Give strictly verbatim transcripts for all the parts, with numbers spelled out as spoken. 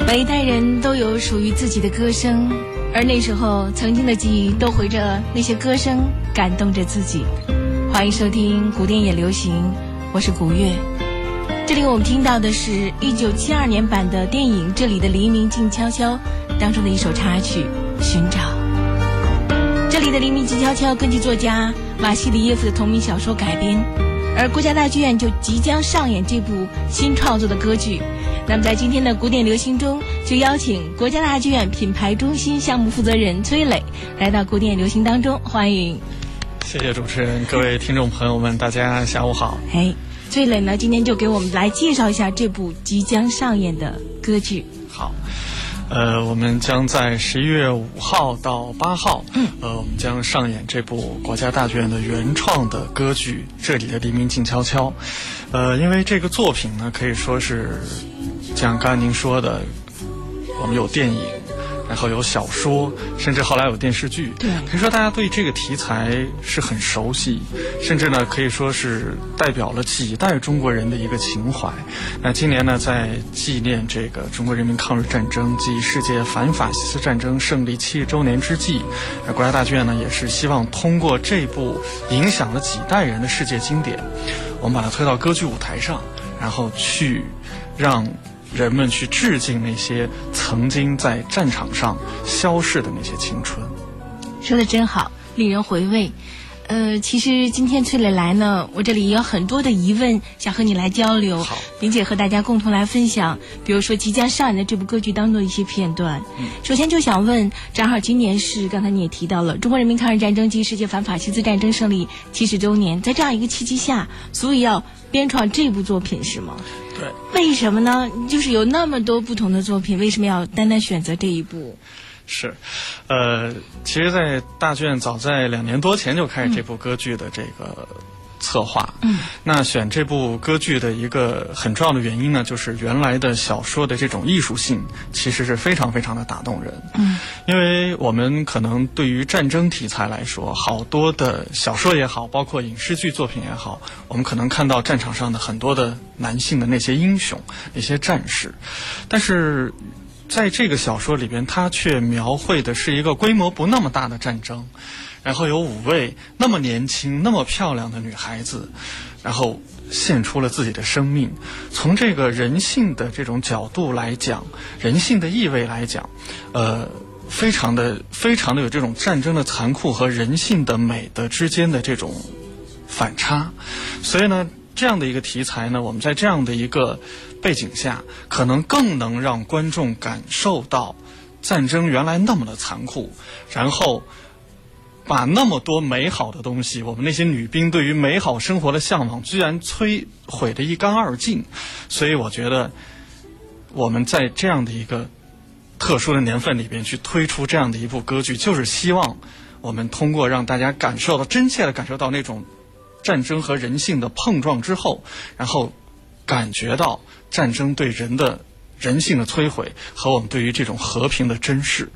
每一代人都有属于自己的歌声，而那时候曾经的记忆都回着那些歌声感动着自己。欢迎收听古典也流行，我是古月。这里我们听到的是一九七二年版的电影《这里的黎明静悄悄》当中的一首插曲《寻找》。这里的黎明静悄悄根据作家瓦西里耶夫的同名小说改编，而国家大剧院就即将上演这部新创作的歌剧。那么在今天的古典流行中，就邀请国家大剧院品牌中心项目负责人崔磊来到古典流行当中，欢迎。 谢谢主持人，各位听众朋友们，大家下午好。 哎，崔磊呢，今天就给我们来介绍一下这部即将上演的歌剧。 好。呃，我们将在十一月五号到八号，嗯，呃，我们将上演这部国家大剧院的原创的歌剧《这里的黎明静悄悄》。呃，因为这个作品呢，可以说是像刚才您说的，我们有电影，然后有小说，甚至后来有电视剧。 对， 可以说大家对这个题材是很熟悉，甚至呢可以说是代表了几代中国人的一个情怀。那今年呢，在纪念这个中国人民抗日战争及世界反法西斯战争胜利七十周年之际，那国家大剧院呢也是希望通过这部影响了几代人的世界经典，我们把它推到歌剧舞台上，然后去让人们去致敬那些曾经在战场上消逝的那些青春。 说得真好，令人回味。呃，其实今天崔磊来呢，我这里也有很多的疑问想和你来交流，并且和大家共同来分享。比如说即将上演的这部歌剧当中的一些片段。嗯、首先就想问，正好今年是刚才你也提到了中国人民抗日战争及世界反法西斯战争胜利七十周年，在这样一个契机下，所以要编创这部作品是吗？ 对。 为什么呢？就是有那么多不同的作品，为什么要单单选择这一部？ 是，呃，其实，在大剧院早在两年多前就开始这部歌剧的这个策划。嗯，那选这部歌剧的一个很重要的原因呢，就是原来的小说的这种艺术性其实是非常非常的打动人。嗯，因为我们可能对于战争题材来说，好多的小说也好，包括影视剧作品也好，我们可能看到战场上的很多的男性的那些英雄、那些战士，但是在这个小说里边，它却描绘的是一个规模不那么大的战争，然后有五位那么年轻、那么漂亮的女孩子，然后献出了自己的生命。从这个人性的这种角度来讲，人性的意味来讲，呃，非常的、非常的有这种战争的残酷和人性的美的之间的这种反差。所以呢，这样的一个题材呢，我们在这样的一个背景下，可能更能让观众感受到战争原来那么的残酷，然后把那么多美好的东西，我们那些女兵对于美好生活的向往居然摧毁得一干二净。所以我觉得我们在这样的一个特殊的年份里边去推出这样的一部歌剧，就是希望我们通过让大家感受到真切的感受到那种战争和人性的碰撞之后，然后感觉到战争对人的人性的摧毁和我们对于这种和平的珍视。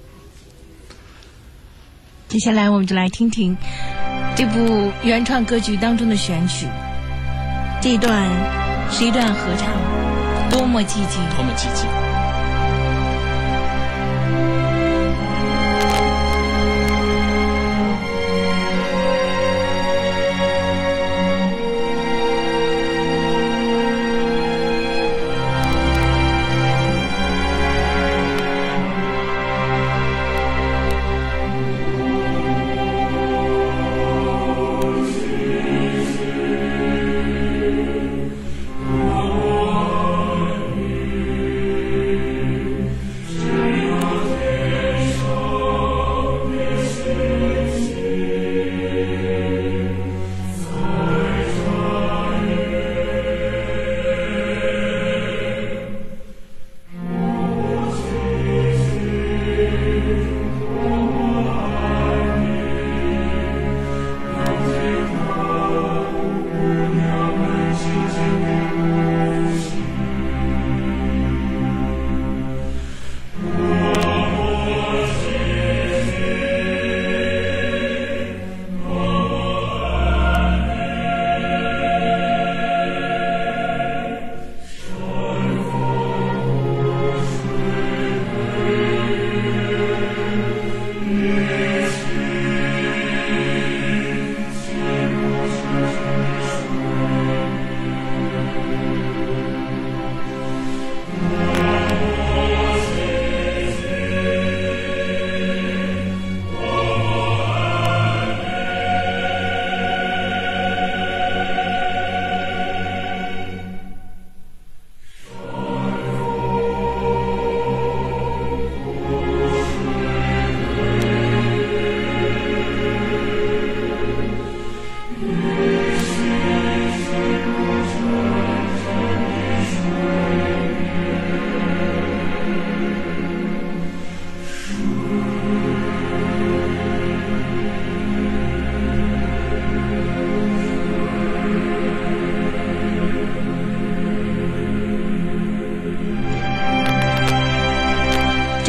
接下来我们就来听听这部原创歌剧当中的选曲。这一段是一段合唱，多么寂静， 多么寂静。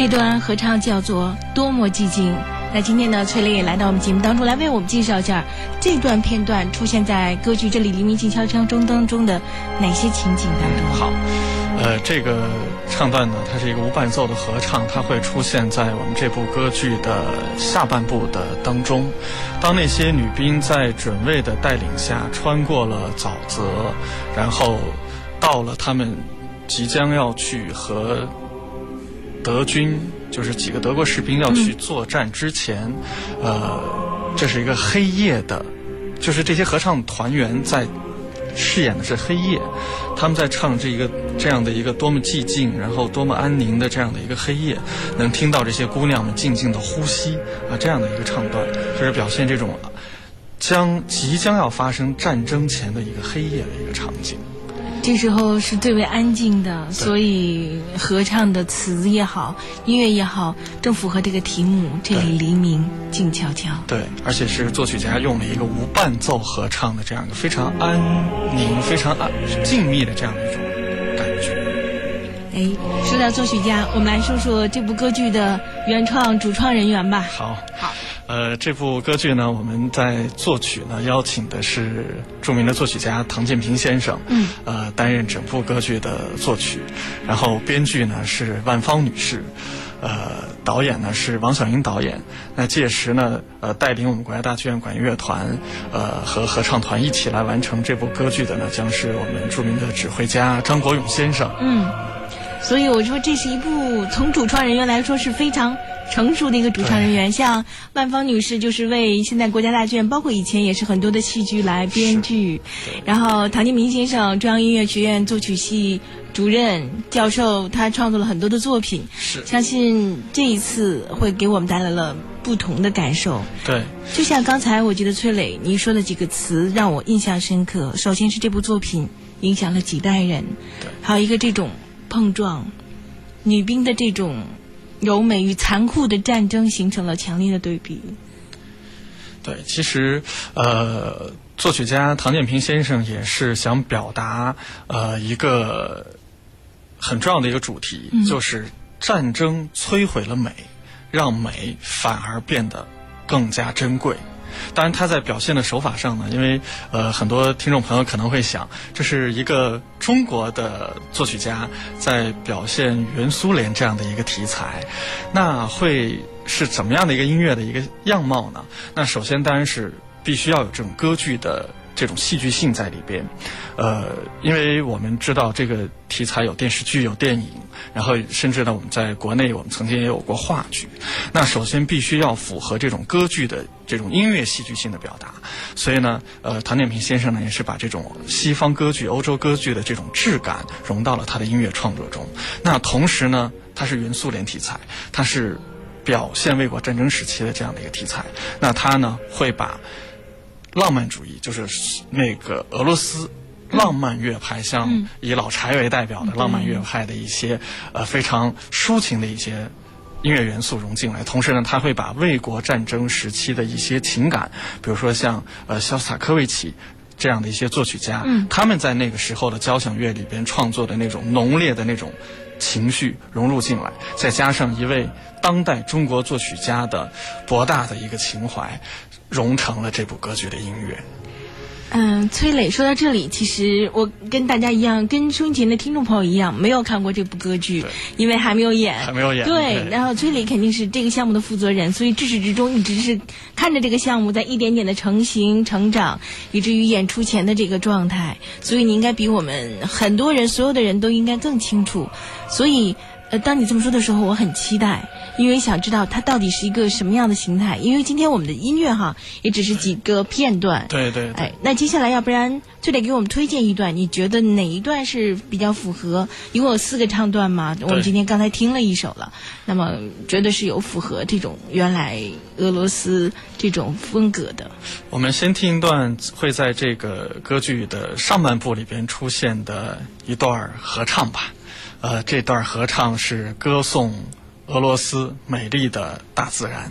这段合唱叫做《多么寂静》。那今天呢，崔磊也来到我们节目当中来为我们介绍一下这段片段出现在歌剧《这里黎明静悄悄》中当中的哪些情景当中。 好，呃，这个唱段呢，它是一个无伴奏的合唱，它会出现在我们这部歌剧的下半部的当中。当那些女兵在准尉的带领下穿过了沼泽，然后到了他们即将要去和德军，就是几个德国士兵要去作战之前，嗯、呃，这是一个黑夜的，就是这些合唱团员在饰演的是黑夜，他们在唱这一个这样的一个多么寂静，然后多么安宁的这样的一个黑夜，能听到这些姑娘们静静的呼吸啊，这样的一个唱段，就是表现这种将即将要发生战争前的一个黑夜的一个场景。 这时候是最为安静的，所以合唱的词也好，音乐也好，正符合这个题目。这里黎明静悄悄。对， 而且是作曲家用了一个无伴奏合唱的这样一个非常安宁、非常安静谧的这样的一种感觉。 哎，说到作曲家，我们来说说这部歌剧的原创主创人员吧。 好， 好。 呃，这部歌剧呢，我们在作曲呢邀请的是著名的作曲家唐建平先生，嗯，呃，担任整部歌剧的作曲，然后编剧呢是万芳女士，呃，导演呢是王小英导演。那届时呢，呃，带领我们国家大剧院管乐乐团，呃，和合唱团一起来完成这部歌剧的呢，将是我们著名的指挥家张国勇先生。 嗯，所以我说这是一部从主创人员来说是非常成熟的一个主唱人员，像万芳女士就是为现在国家大剧院，包括以前也是很多的戏剧来编剧，然后唐建平先生中央音乐学院作曲系主任教授，他创作了很多的作品，相信这一次会给我们带来了不同的感受。 对， 就像刚才我觉得崔磊你说的几个词让我印象深刻，首先是这部作品影响了几代人，还有一个这种碰撞，女兵的这种柔美与残酷的战争形成了强烈的对比。 对，其实呃，作曲家唐建平先生也是想表达呃一个很重要的一个主题，嗯、就是战争摧毁了美，让美反而变得更加珍贵。当然他在表现的手法上呢，因为呃很多听众朋友可能会想，这是一个中国的作曲家在表现原苏联这样的一个题材，那会是怎么样的一个音乐的一个样貌呢？那首先当然是必须要有这种歌剧的这种戏剧性在里边，呃，因为我们知道这个题材有电视剧、有电影，然后甚至呢，我们在国内我们曾经也有过话剧。那首先必须要符合这种歌剧的这种音乐戏剧性的表达，所以呢，呃，唐建平先生呢也是把这种西方歌剧、欧洲歌剧的这种质感融到了他的音乐创作中。那同时呢，它是原苏联题材，它是表现卫国战争时期的这样的一个题材。那他呢会把浪漫主义，就是那个俄罗斯浪漫乐派，像以老柴为代表的浪漫乐派的一些呃非常抒情的一些音乐元素融进来，同时呢，他会把卫国战争时期的一些情感，比如说像呃肖斯塔科维奇这样的一些作曲家，嗯，他们在那个时候的交响乐里边创作的那种浓烈的那种情绪融入进来，再加上一位当代中国作曲家的博大的一个情怀，融成了这部歌剧的音乐。 嗯，崔磊说到这里，其实我跟大家一样，跟收音前的听众朋友一样，没有看过这部歌剧，因为还没有演， 还没有演。 对，对然后崔磊肯定是这个项目的负责人，所以至始至终一直是看着这个项目在一点点的成型、成长，以至于演出前的这个状态。所以你应该比我们很多人、所有的人都应该更清楚。所以。呃，当你这么说的时候，我很期待，因为想知道它到底是一个什么样的形态。因为今天我们的音乐哈，也只是几个片段。 对对对。 哎，那接下来要不然就得给我们推荐一段，你觉得哪一段是比较符合？一共有四个唱段嘛，我们今天刚才听了一首了，那么觉得是有符合这种原来俄罗斯这种风格的。 我们先听一段会在这个歌剧的上半部里边出现的一段合唱吧。呃，这段合唱是歌颂俄罗斯美丽的大自然。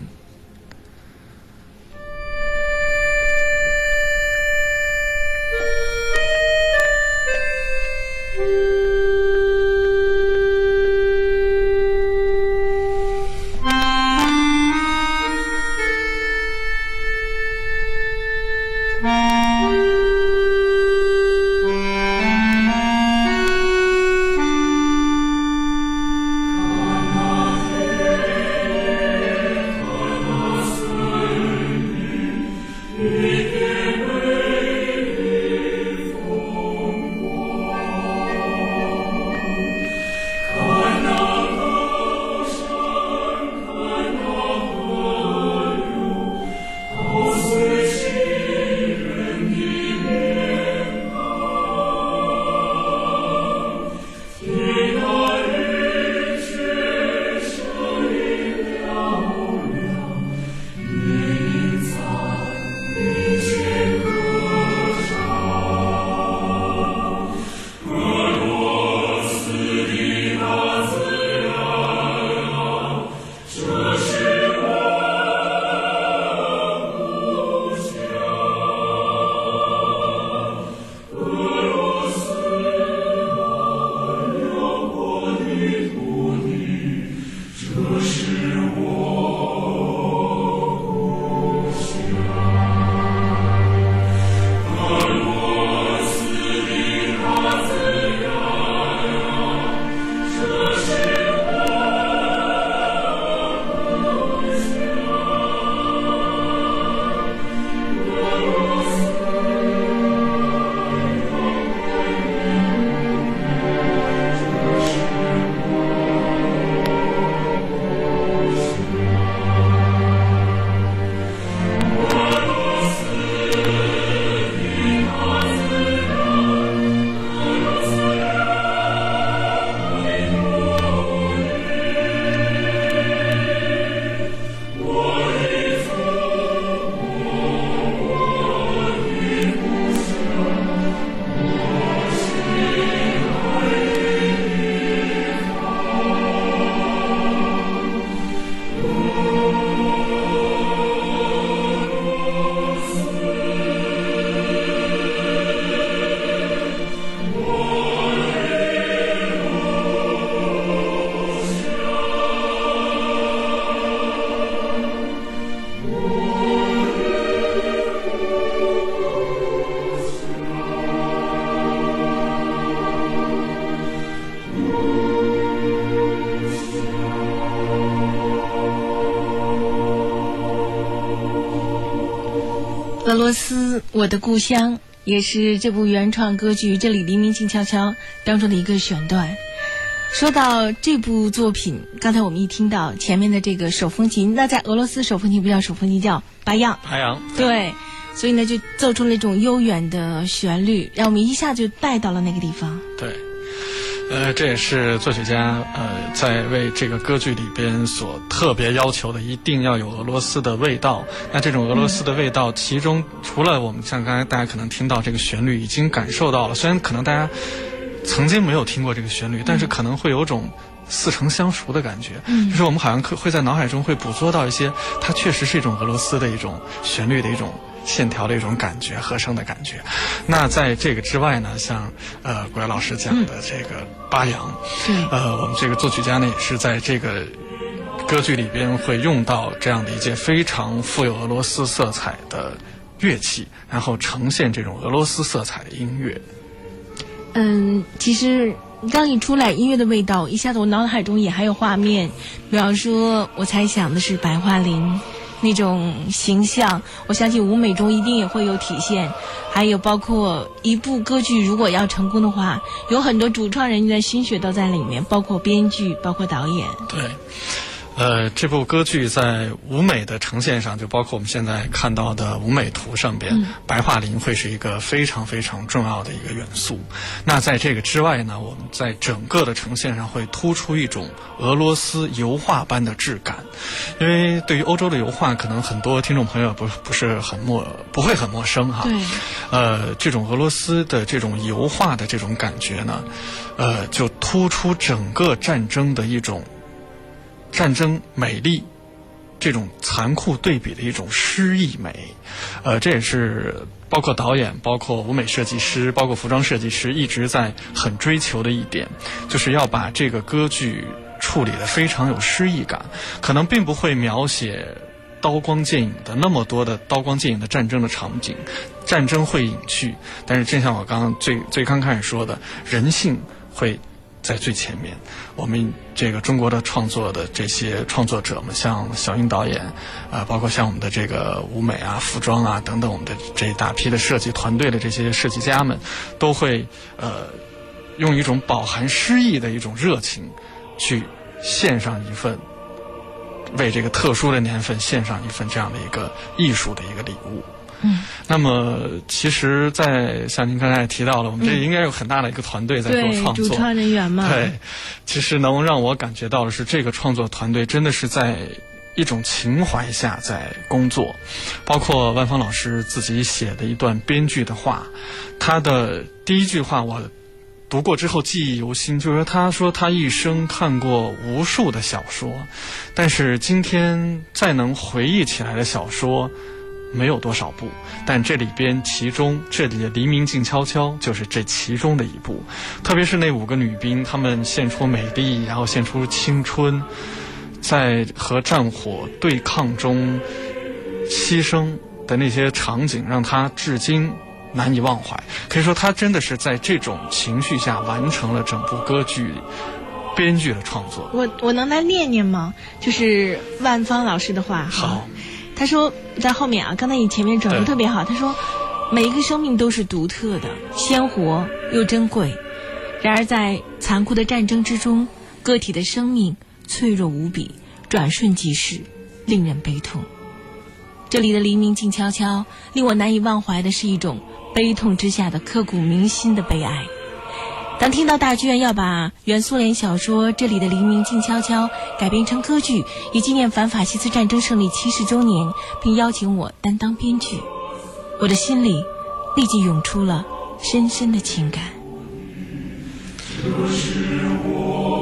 罗斯，我的故乡，也是这部原创歌剧《这里黎明静悄悄》当中的一个选段。说到这部作品，刚才我们一听到前面的这个手风琴，那在俄罗斯手风琴不叫手风琴，叫巴扬。 巴扬， 对，所以呢就奏出了一种悠远的旋律，让我们一下就带到了那个地方。 对。呃，这也是作曲家呃在为这个歌剧里边所特别要求的，一定要有俄罗斯的味道。那这种俄罗斯的味道，其中除了我们像刚才大家可能听到这个旋律已经感受到了，虽然可能大家曾经没有听过这个旋律，但是可能会有种似曾相熟的感觉，嗯，就是我们好像会在脑海中会捕捉到一些，它确实是一种俄罗斯的一种旋律的一种线条的一种感觉，和声的感觉。那在这个之外呢，像呃国外老师讲的这个巴扬，嗯，呃，我们这个作曲家呢也是在这个歌剧里边会用到这样的一件非常富有俄罗斯色彩的乐器，然后呈现这种俄罗斯色彩的音乐。 嗯，其实刚一出来音乐的味道，一下子我脑海中也还有画面，比方说我猜想的是白桦林那种形象，我相信舞美中一定也会有体现。还有包括一部歌剧如果要成功的话，有很多主创人员的心血都在里面，包括编剧，包括导演。 对。呃，这部歌剧在舞美的呈现上，就包括我们现在看到的舞美图上边，嗯、白桦林会是一个非常非常重要的一个元素。那在这个之外呢，我们在整个的呈现上会突出一种俄罗斯油画般的质感。因为对于欧洲的油画，可能很多听众朋友不不是很陌不会很陌生哈。 对。 呃，这种俄罗斯的这种油画的这种感觉呢，呃，就突出整个战争的一种。战争美丽，这种残酷对比的一种诗意美，呃，这也是包括导演、包括舞美设计师、包括服装设计师一直在很追求的一点，就是要把这个歌剧处理得非常有诗意感，可能并不会描写刀光剑影的那么多的刀光剑影的战争的场景，战争会隐去，但是正像我刚刚最最刚开始说的，人性会在最前面。我们这个中国的创作的这些创作者们，像小英导演，呃，包括像我们的这个舞美啊、服装啊等等，我们的这一大批的设计团队的这些设计家们，都会呃用一种饱含诗意的一种热情，去献上一份为这个特殊的年份献上一份这样的一个艺术的一个礼物。嗯，那么其实在像您刚才也提到了，我们这应该有很大的一个团队在做创作， 对，主创人员嘛。 对，其实能让我感觉到的是，这个创作团队真的是在一种情怀下在工作，包括万芳老师自己写的一段编剧的话，他的第一句话我读过之后记忆犹新，就是说他说他一生看过无数的小说，但是今天再能回忆起来的小说没有多少部，但这里边其中这里的黎明静悄悄就是这其中的一部，特别是那五个女兵，她们献出美丽，然后献出青春，在和战火对抗中牺牲的那些场景，让她至今难以忘怀。可以说她真的是在这种情绪下完成了整部歌剧编剧的创作。 我我能来念念吗？就是万芳老师的话。 好， 他说在后面啊，刚才你前面转述特别好，他说每一个生命都是独特的、鲜活又珍贵，然而在残酷的战争之中，个体的生命脆弱无比，转瞬即逝，令人悲痛。这里的黎明静悄悄，令我难以忘怀的是一种悲痛之下的刻骨铭心的悲哀。当听到大剧院要把原苏联小说《这里的黎明静悄悄》改编成歌剧，以纪念反法西斯战争胜利七十周年，并邀请我担当编剧，我的心里立即涌出了深深的情感。这是我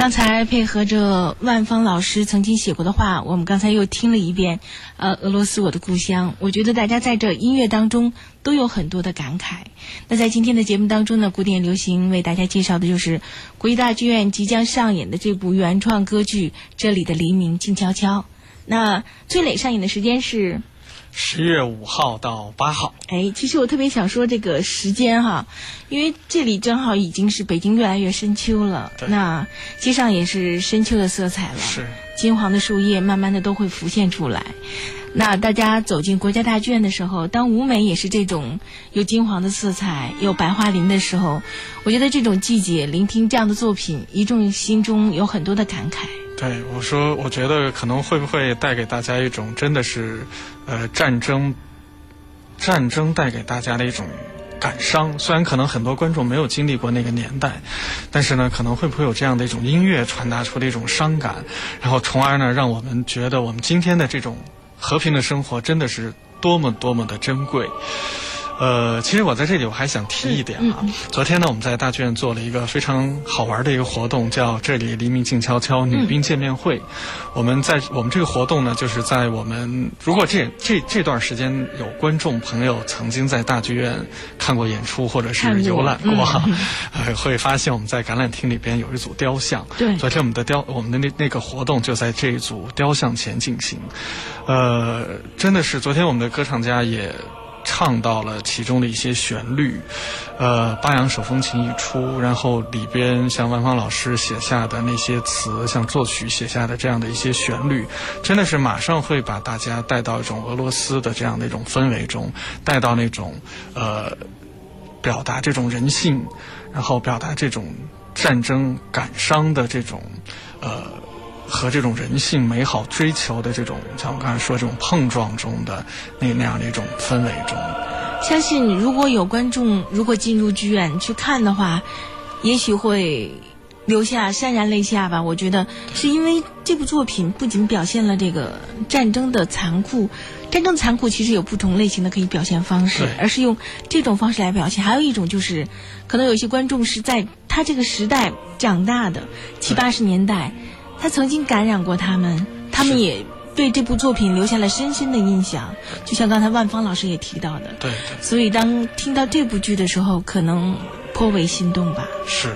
刚才配合着万芳老师曾经写过的话，我们刚才又听了一遍呃，俄罗斯我的故乡。我觉得大家在这音乐当中都有很多的感慨。那在今天的节目当中呢，古典流行为大家介绍的就是国家大剧院即将上演的这部原创歌剧《这里的黎明静悄悄》。那最累上演的时间是十月五号到八号。 哎，其实我特别想说这个时间哈，因为这里正好已经是北京越来越深秋了，那街上也是深秋的色彩了， 是金黄的树叶慢慢的都会浮现出来。那大家走进国家大剧院的时候，当舞美也是这种有金黄的色彩有白桦林的时候，我觉得这种季节聆听这样的作品，一众心中有很多的感慨。 对，我说我觉得可能会不会带给大家一种真的是呃战争战争带给大家的一种感伤，虽然可能很多观众没有经历过那个年代，但是呢可能会不会有这样的一种音乐传达出的一种伤感，然后从而呢让我们觉得我们今天的这种和平的生活真的是多么多么的珍贵。呃，其实我在这里我还想提一点啊，嗯嗯、昨天呢我们在大剧院做了一个非常好玩的一个活动，叫这里黎明静悄悄女兵见面会。嗯、我们在我们这个活动呢，就是在我们如果这这这段时间有观众朋友曾经在大剧院看过演出或者是游览过，过嗯、呃，会发现我们在展览厅里边有一组雕像。 对， 昨天我们的雕我们的那那个活动就在这一组雕像前进行。呃，真的是昨天我们的歌唱家也唱到了其中的一些旋律，呃，八扬手风琴一出，然后里边像万芳老师写下的那些词，像作曲写下的这样的一些旋律，真的是马上会把大家带到一种俄罗斯的这样的一种氛围中，带到那种呃，表达这种人性，然后表达这种战争感伤的这种呃。和这种人性美好追求的这种，像我刚才说这种碰撞中的那那样的一种氛围中， 相信如果有观众如果进入剧院去看的话，也许会流下潸然泪下吧。我觉得是因为这部作品不仅表现了这个战争的残酷，战争残酷其实有不同类型的可以表现方式，而是用这种方式来表现。还有一种就是，可能有些观众是在他这个时代长大的，七八十年代。他曾经感染过他们，他们也对这部作品留下了深深的印象，就像刚才万芳老师也提到的。 对。 所以当听到这部剧的时候，可能颇为心动吧。 是。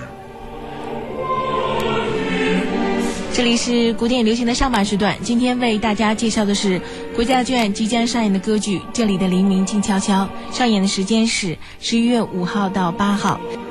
这里是古典流行的上半时段，今天为大家介绍的是国家剧院即将上演的歌剧《这里的黎明静悄悄》，上演的时间是十一月五号到八号。